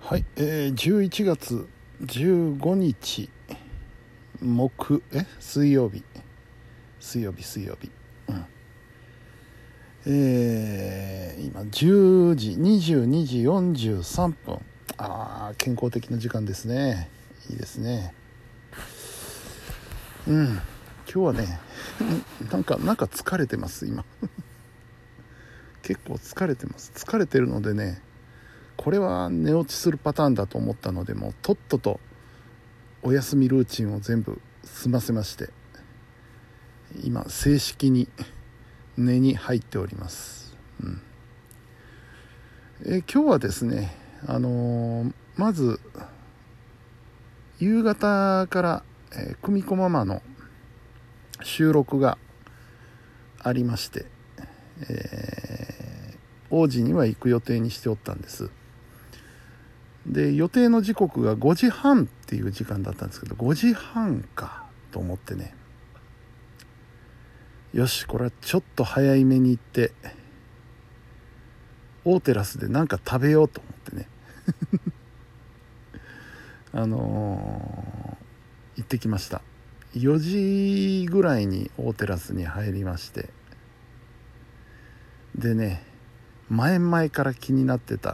はい、11月15日水曜日、うん、今10時22時43分。健康的な時間ですね。いいですね。今日はねなんか疲れてます今結構疲れてます。疲れてるのでね、これは寝落ちするパターンだと思ったので、もうとっととお休みルーチンを全部済ませまして、今正式に寝に入っております。今日はですね、まず夕方から、久美子ママの収録がありまして、王子には行く予定にしておったんです。で、予定の時刻が5時半っていう時間だったんですけど、5時半かと思ってね、よし、これはちょっと早いめに行って大テラスで何か食べようと思ってね行ってきました。4時ぐらいに大テラスに入りまして、でね、前々から気になってた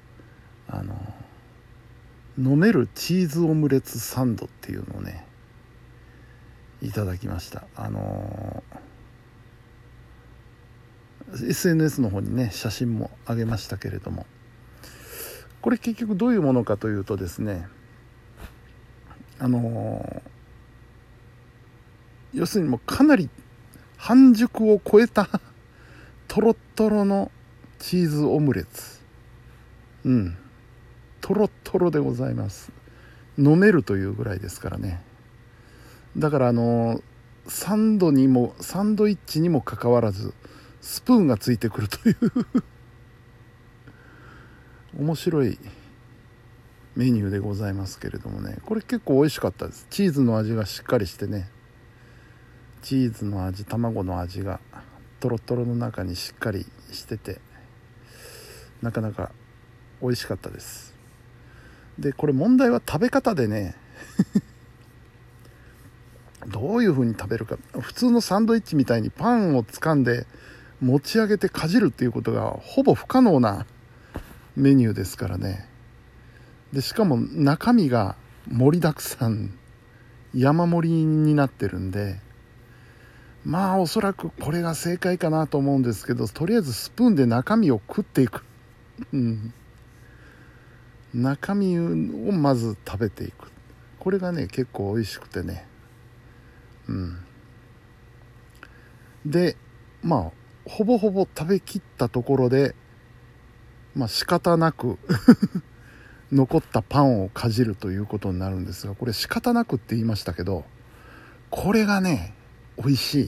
飲めるチーズオムレツサンドっていうのをねいただきました。SNS の方にね写真も上げましたけれども、これ結局どういうものかというとですね、要するにもうかなり半熟を超えたトロットロのチーズオムレツ、トロットロでございます。飲めるというぐらいですからね。だからサンドイッチにもかかわらずスプーンがついてくるという面白いメニューでございますけれどもね、これ結構美味しかったです。チーズの味がしっかりしてね、チーズの味、卵の味がトロトロの中にしっかりしてて、なかなか美味しかったです。で、これ問題は食べ方でねどういう風に食べるか。普通のサンドイッチみたいにパンを掴んで持ち上げてかじるっていうことがほぼ不可能なメニューですからね。でしかも中身が盛りだくさん、山盛りになってるんで、まあおそらくこれが正解かなと思うんですけど、とりあえずスプーンで中身を食っていく、中身をまず食べていく。これがね結構美味しくてね、で、まあほぼほぼ食べきったところで、仕方なく残ったパンをかじるということになるんですが、これ仕方なくって言いましたけど、これがね美味しい。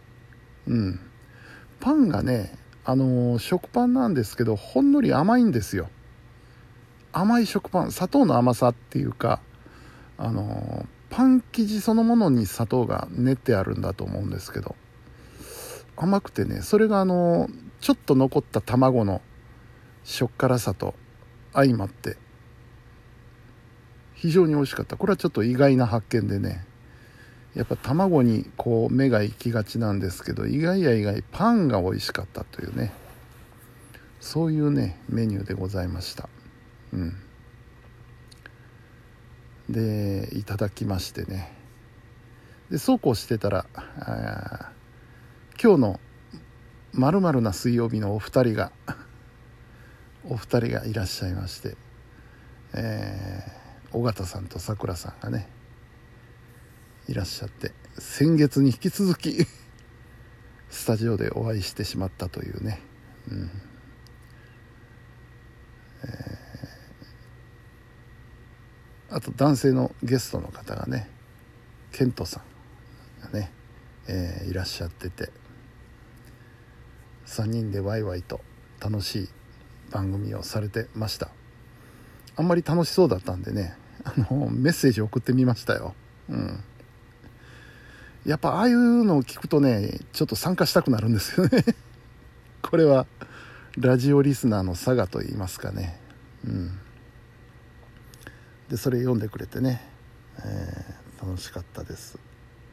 パンがね、食パンなんですけど、ほんのり甘いんですよ。甘い食パン、砂糖の甘さっていうか、パン生地そのものに砂糖が練ってあるんだと思うんですけど、甘くてね、それがちょっと残った卵のしょっからさと相まって非常に美味しかった。これはちょっと意外な発見でね、やっぱ卵にこう目が行きがちなんですけど、意外や意外パンが美味しかったというね、そういうねメニューでございました。で、いただきましてね、でそうこうしてたら今日の〇〇な水曜日のお二人がいらっしゃいまして、尾形さんとさくらさんがねいらっしゃって、先月に引き続きスタジオでお会いしてしまったというね、あと男性のゲストの方がね、ケントさんがね、いらっしゃってて、3人でワイワイと楽しい番組をされてました。あんまり楽しそうだったんでね、メッセージ送ってみましたよ。やっぱああいうのを聞くとね、ちょっと参加したくなるんですよねこれはラジオリスナーの差がと言いますかね。 でそれ読んでくれてね、楽しかったです。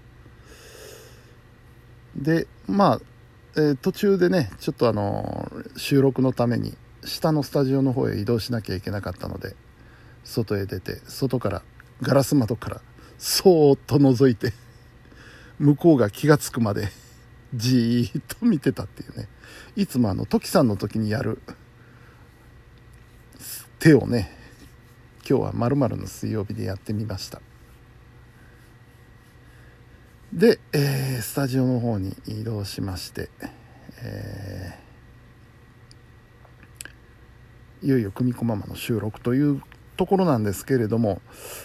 で途中でねちょっと収録のために下のスタジオの方へ移動しなきゃいけなかったので、外へ出て外からガラス窓からそーっと覗いて向こうが気がつくまでじーっと見てたっていうね、いつもトキさんの時にやる手をね、今日は〇〇の水曜日でやってみました。で、スタジオの方に移動しまして、いよいよ久美子ママの収録というところなんですけれども、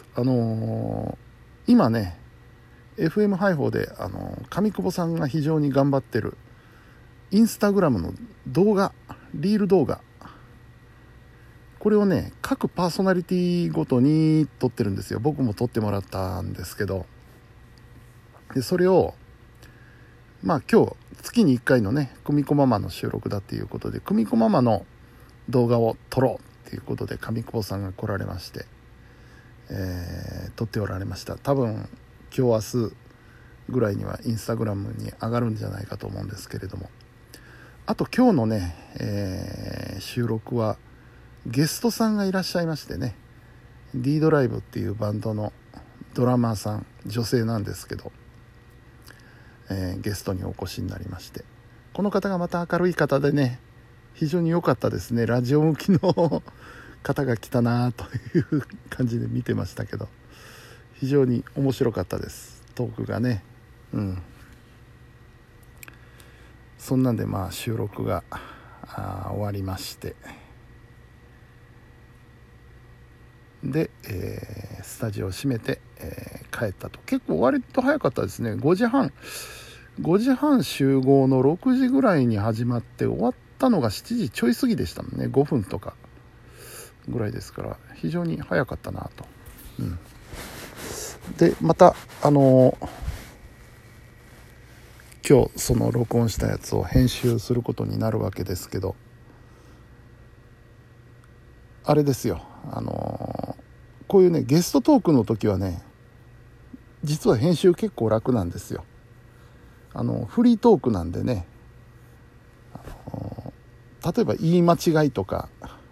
今ね FM 配報で上久保さんが非常に頑張ってるインスタグラムの動画、リール動画、これをね各パーソナリティごとに撮ってるんですよ。僕も撮ってもらったんですけど、でそれを今日月に1回のね久美子ママの収録だっていうことで、久美子ママの動画を撮ろうっていうことで上久保さんが来られまして、撮っておられました。多分今日明日ぐらいにはインスタグラムに上がるんじゃないかと思うんですけれども、あと今日のね、収録はゲストさんがいらっしゃいましてね、 D ドライブっていうバンドのドラマーさん、女性なんですけど、ゲストにお越しになりまして、この方がまた明るい方でね非常に良かったですね。ラジオ向きの方が来たなという感じで見てましたけど、非常に面白かったです、トークがね。そんなんで収録が終わりまして、で、スタジオを閉めて、帰ったと。結構割と早かったですね。5時半集合の6時ぐらいに始まって終わったのが7時ちょい過ぎでしたもんね。5分とかぐらいですから非常に早かったなと。でまた今日その録音したやつを編集することになるわけですけど、あれですよ、こういうねゲストトークの時はね実は編集結構楽なんですよ。フリートークなんでね、例えば言い間違いとか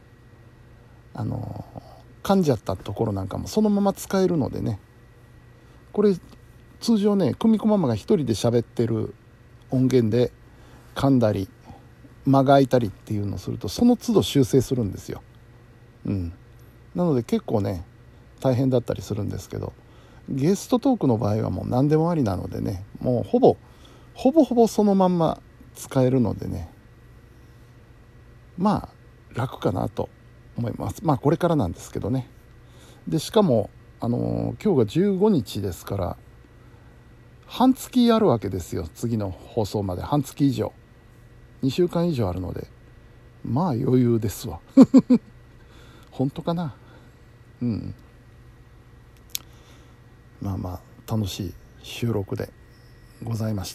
噛んじゃったところなんかもそのまま使えるのでね、これ通常ね久美子ママが一人で喋ってる音源で噛んだり間が空いたりっていうのをするとその都度修正するんですよ。なので結構ね大変だったりするんですけど、ゲストトークの場合はもう何でもありなのでね、もうほぼそのまんま使えるのでね、楽かなと思います。これからなんですけどね。でしかも今日が15日ですから半月あるわけですよ。次の放送まで半月以上、2週間以上あるので余裕ですわ本当かな。楽しい収録でございました。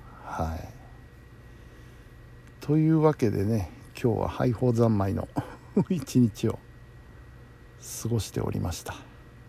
というわけでね、今日はハイホー三昧の一日を過ごしておりました。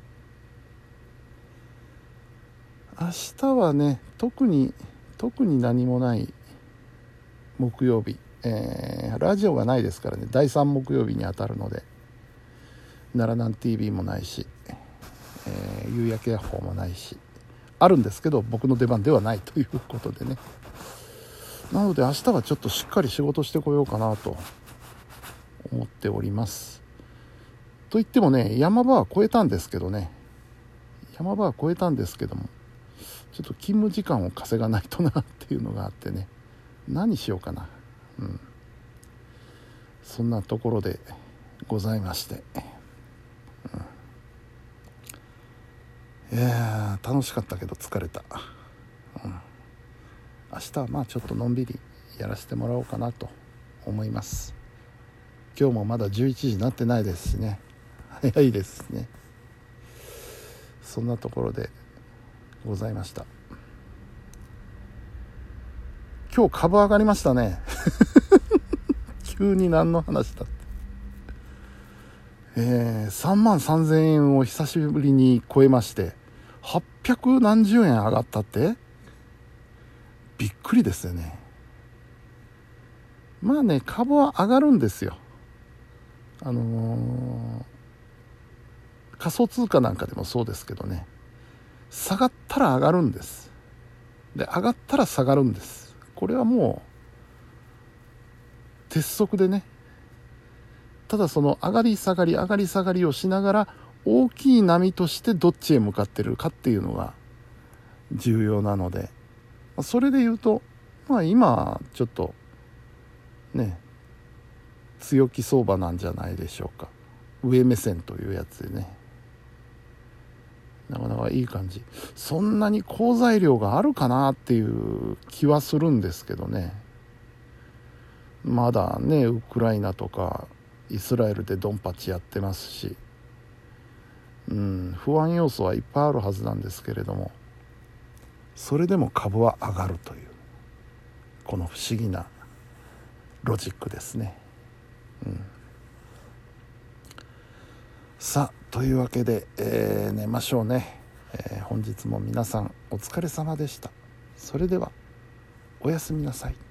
明日はね特に何もない木曜日、ラジオがないですからね、第3木曜日に当たるので奈良南 TV もないし、夕焼けヤッホーもないし、あるんですけど僕の出番ではないということでね、なので明日はちょっとしっかり仕事してこようかなと思っております。といってもね山場は超えたんですけどもちょっと勤務時間を稼がないとなっていうのがあってね、何しようかな、そんなところでございまして、いや楽しかったけど疲れた。明日はちょっとのんびりやらせてもらおうかなと思います。今日もまだ11時になってないですしね、早いですね。そんなところでございました。今日株上がりましたね急に何の話だって、 3万3000円を久しぶりに超えまして、800何十円上がったって、びっくりですよね。まあね、株は上がるんですよ。仮想通貨なんかでもそうですけどね、下がったら上がるんです。で、上がったら下がるんです。これはもう鉄則でね。ただその上がり下がり上がり下がりをしながら、大きい波としてどっちへ向かってるかっていうのが重要なので、それで言うと、まあ今ちょっとね、強気相場なんじゃないでしょうか。上目線というやつでね、なかなかいい感じ。そんなに好材料があるかなっていう気はするんですけどね。まだね、ウクライナとかイスラエルでドンパチやってますし、不安要素はいっぱいあるはずなんですけれども、それでも株は上がるという、この不思議なロジックですね。さあ、というわけで、寝ましょうね。本日も皆さんお疲れ様でした。それではおやすみなさい。